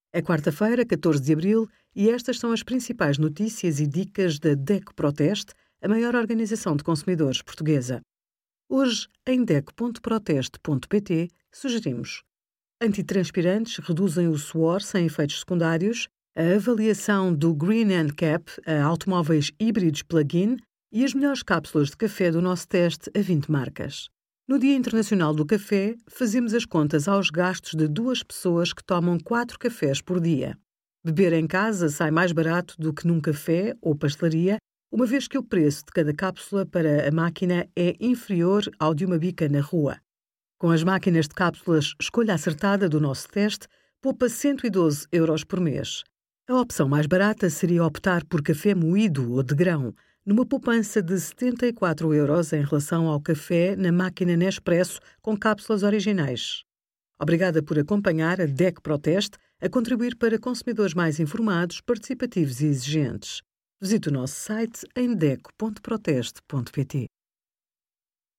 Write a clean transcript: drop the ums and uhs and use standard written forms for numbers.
É quarta-feira, 14 de abril, e estas são as principais notícias e dicas da DECO Proteste, a maior organização de consumidores portuguesa. Hoje, em DECO.proteste.pt, sugerimos: antitranspirantes reduzem o suor sem efeitos secundários, a avaliação do Green NCAP a automóveis híbridos plug-in e as melhores cápsulas de café do nosso teste a 20 marcas. No Dia Internacional do Café, fazemos as contas aos gastos de 2 pessoas que tomam 4 cafés por dia. Beber em casa sai mais barato do que num café ou pastelaria, uma vez que o preço de cada cápsula para a máquina é inferior ao de uma bica na rua. Com as máquinas de cápsulas Escolha Acertada do nosso teste, poupa 112 euros por mês. A opção mais barata seria optar por café moído ou de grão, numa poupança de 74 euros em relação ao café na máquina Nespresso com cápsulas originais. Obrigada por acompanhar a DECO Proteste a contribuir para consumidores mais informados, participativos e exigentes. Visite o nosso site em deco.proteste.pt.